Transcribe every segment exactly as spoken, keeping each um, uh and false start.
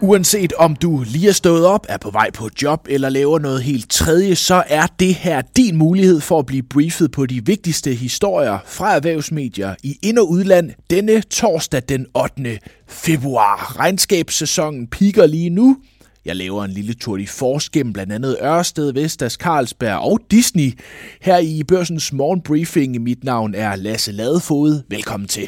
Uanset om du lige er stået op, er på vej på job eller laver noget helt tredje, så er det her din mulighed for at blive briefet på de vigtigste historier fra erhvervsmedier i ind- og udland denne torsdag den ottende februar. Regnskabssæsonen piker lige nu. Jeg laver en lille tour de force gennem blandt andet Ørsted, Vestas, Carlsberg og Disney her i Børsens morgenbriefing. Mit navn er Lasse Ladefoged. Velkommen til.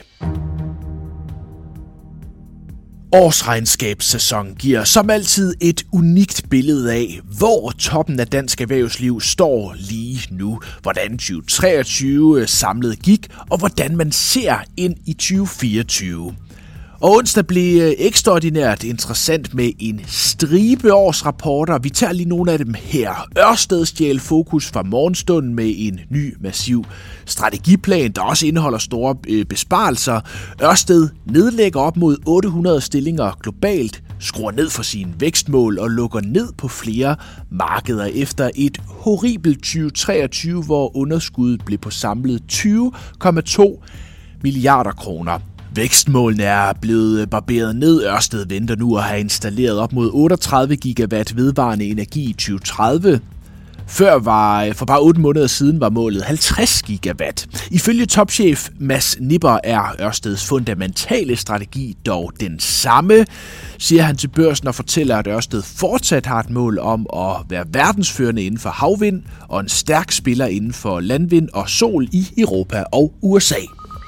Årsregnskabssæson giver som altid et unikt billede af, hvor toppen af dansk erhvervsliv står lige nu, hvordan tyve treogtyve samlet gik, og hvordan man ser ind i tyve fireogtyve. Og onsdag blev ekstraordinært interessant med en stribe årsrapporter. Vi tager lige nogle af dem her. Ørsted stjal fokus fra morgenstunden med en ny massiv strategiplan, der også indeholder store besparelser. Ørsted nedlægger op mod otte hundrede stillinger globalt, skruer ned for sine vækstmål og lukker ned på flere markeder efter et horribelt tyve treogtyve, hvor underskuddet blev på samlet tyve komma to milliarder kroner. Vækstmålene er blevet barberet ned. Ørsted venter nu at have installeret op mod otteogtredive gigawatt vedvarende energi i tyve tredive. Før var, for bare otte måneder siden var målet halvtreds gigawatt. Ifølge topchef Mads Nipper er Ørsteds fundamentale strategi dog den samme, siger han til Børsen og fortæller, at Ørsted fortsat har et mål om at være verdensførende inden for havvind og en stærk spiller inden for landvind og sol i Europa og U S A.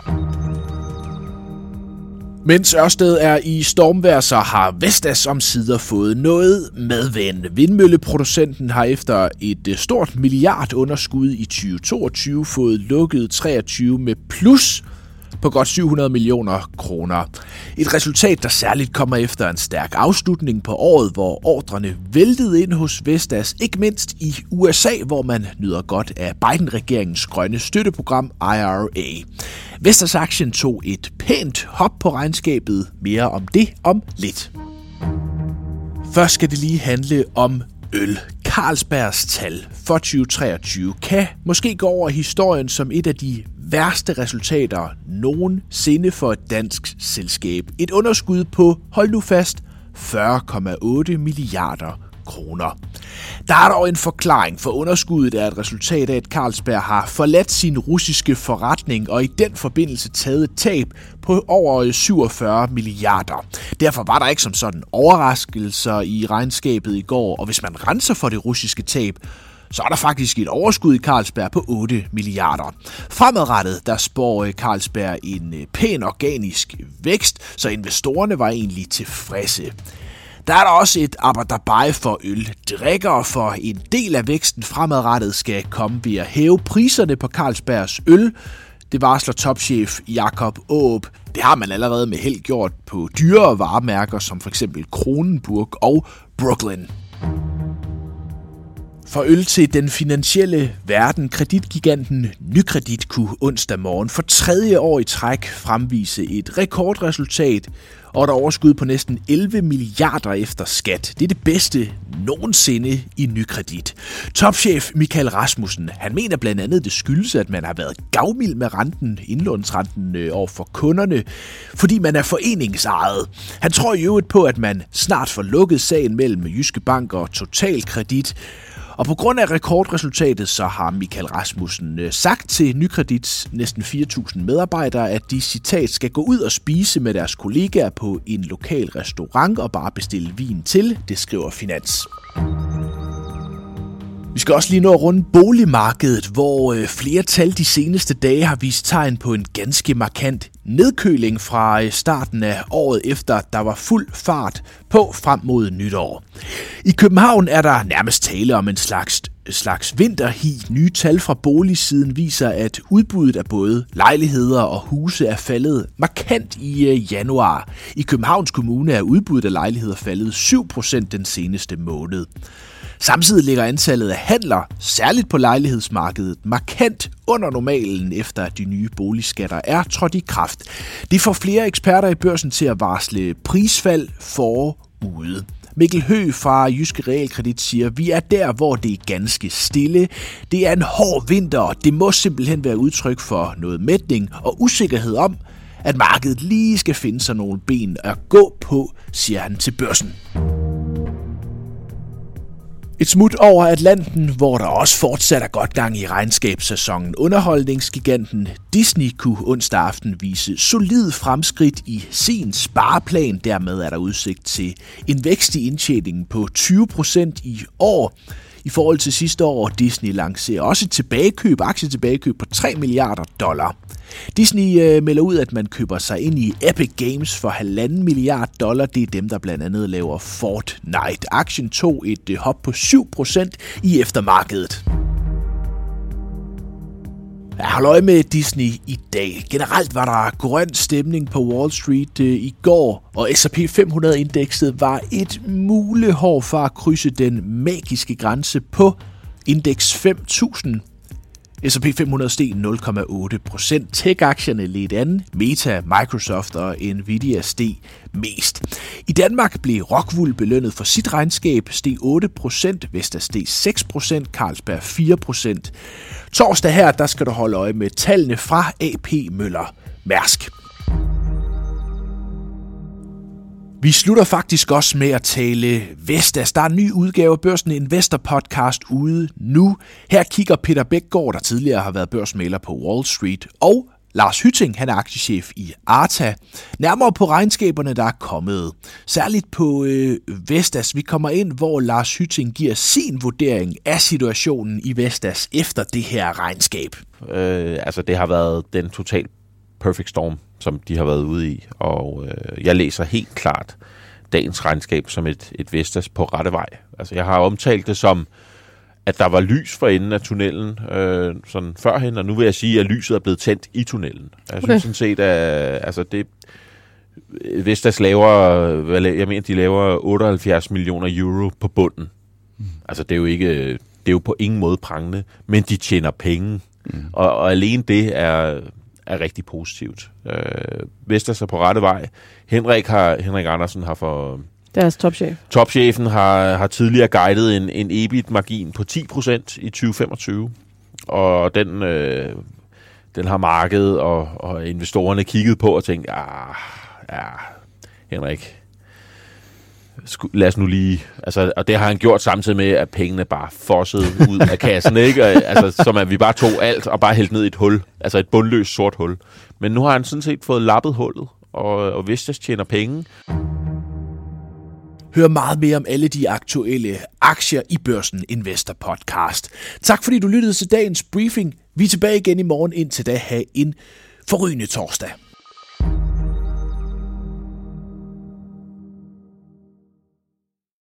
Mens Ørsted er i stormvejr, så har Vestas omsider fået noget medvind. Vindmølleproducenten har efter et stort milliardunderskud i tyve toogtyve fået lukket treogtyve med plus på godt syv hundrede millioner kroner. Et resultat, der særligt kommer efter en stærk afslutning på året, hvor ordrene væltede ind hos Vestas, ikke mindst i U S A, hvor man nyder godt af Biden-regeringens grønne støtteprogram I R A. Vestas-aktien tog et pænt hop på regnskabet. Mere om det om lidt. Først skal det lige handle om øl. Carlsbergs tal for tyve treogtyve kan måske gå over historien som et af de værste resultater nogensinde for et dansk selskab. Et underskud på, hold nu fast, fyrre komma otte milliarder kroner. Der er dog en forklaring, for underskuddet er et resultat af, at Carlsberg har forladt sin russiske forretning og i den forbindelse taget et tab på over syvogfyrre milliarder. Derfor var der ikke som sådan overraskelser i regnskabet i går, og hvis man renser for det russiske tab, så er der faktisk et overskud i Carlsberg på otte milliarder. Fremadrettet, der spår Carlsberg en pæn organisk vækst, så investorerne var egentlig tilfredse. Der er der også et arbejderbej for øldrikkere, for en del af væksten fremadrettet skal komme ved at hæve priserne på Carlsbergs øl. Det varsler topchef Jakob Aarup. Det har man allerede med held gjort på dyrere varemærker som f.eks. Kronenburg og Brooklyn. For øl til den finansielle verden, kreditgiganten Nykredit kunne onsdag morgen for tredje år i træk fremvise et rekordresultat og et overskud på næsten elleve milliarder efter skat. Det er det bedste nogensinde i Nykredit. Topchef Michael Rasmussen, han mener blandt andet, det skyldes, at man har været gavmild med renten, indlånsrenten over for kunderne, fordi man er foreningsejet. Han tror i øvrigt på, at man snart får lukket sagen mellem Jyske Bank og Totalkredit. Og på grund af rekordresultatet, så har Michael Rasmussen sagt til Nykredits næsten fire tusind medarbejdere, at de, citat, skal gå ud og spise med deres kollegaer på en lokal restaurant og bare bestille vin til, det skriver Finans. Vi skal også lige nå at runde boligmarkedet, hvor flere tal de seneste dage har vist tegn på en ganske markant nedkøling fra starten af året efter, der var fuld fart på frem mod nytår. I København er der nærmest tale om en slags, slags vinterhi. Nye tal fra boligsiden viser, at udbuddet af både lejligheder og huse er faldet markant i januar. I Københavns Kommune er udbuddet af lejligheder faldet syv procent den seneste måned. Samtidig ligger antallet af handler, særligt på lejlighedsmarkedet, markant under normalen, efter at de nye boligskatter er trådt i kraft. Det får flere eksperter i Børsen til at varsle prisfald forude. Mikkel Høgh fra Jyske Realkredit siger, vi er der, hvor det er ganske stille. Det er en hård vinter, og det må simpelthen være udtryk for noget mætning og usikkerhed om, at markedet lige skal finde sig nogle ben at gå på, siger han til Børsen. Et smut over Atlanten, hvor der også fortsat er godt gang i regnskabssæsonen. Underholdningsgiganten Disney kunne onsdag aften vise solid fremskridt i sin spareplan. Dermed er der udsigt til en vækst i indtjeningen på tyve procent i år. I forhold til sidste år, Disney lancerer også et tilbagekøb, aktietilbagekøb på tre milliarder dollar. Disney øh, melder ud, at man køber sig ind i Epic Games for halvanden milliard dollar. Det er dem, der blandt andet laver Fortnite. Aktien tog et øh, hop på syv procent i eftermarkedet. Jeg holder øje med Disney i dag. Generelt var der grøn stemning på Wall Street øh, i går, og S og P fem hundrede-indekset var et mulehår for at krydse den magiske grænse på indeks fem tusind. S og P fem hundrede steg nul komma otte procent. Tech-aktierne ledte an. Meta, Microsoft og Nvidia steg mest. I Danmark blev Rockwool belønnet for sit regnskab, steg otte procent, Vestas steg seks procent, Carlsberg fire procent. Torsdag her, der skal du holde øje med tallene fra A P Møller Mærsk. Vi slutter faktisk også med at tale Vestas. Der er en ny udgave af Børsen Investor Podcast ude nu. Her kigger Peter Bækgaard, der tidligere har været børsmægler på Wall Street, og Lars Hytting, han er aktiechef i Arta. Nærmere på regnskaberne, der er kommet. Særligt på øh, Vestas. Vi kommer ind, hvor Lars Hytting giver sin vurdering af situationen i Vestas efter det her regnskab. Øh, altså, det har været den totalt perfect storm, som de har været ude i, og øh, jeg læser helt klart dagens regnskab som et, et Vestas på rette vej. Altså, jeg har omtalt det som, at der var lys for enden af tunnelen øh, sådan førhen, og nu vil jeg sige, at lyset er blevet tændt i tunnelen. Jeg synes okay. sådan set, at altså det, Vestas laver, jeg mener, de laver otteoghalvfjerds millioner euro på bunden. Mm. Altså, det er jo ikke, det er jo på ingen måde prangende, men de tjener penge, mm. og, og alene det er er rigtig positivt. Øh, Vestas er på rette vej. Henrik, har, Henrik Andersen har for... Deres topchef. Topchefen har, har tidligere guidet en, en E B I T-margin på ti procent i tyve femogtyve. Og den, øh, den har markedet og, og investorerne kigget på og tænkt, ah, ja, Henrik, lad os nu lige... Altså, og det har han gjort samtidig med, at pengene bare fossede ud af kassen, ikke? Altså, som at vi bare tog alt og bare hældt ned i et hul. Altså et bundløst sort hul. Men nu har han sådan set fået lappet hullet, og, og Vestas tjener penge. Hør meget mere om alle de aktuelle aktier i Børsen Investor Podcast. Tak fordi du lyttede til dagens briefing. Vi er tilbage igen i morgen. Indtil da, have en forrygende torsdag.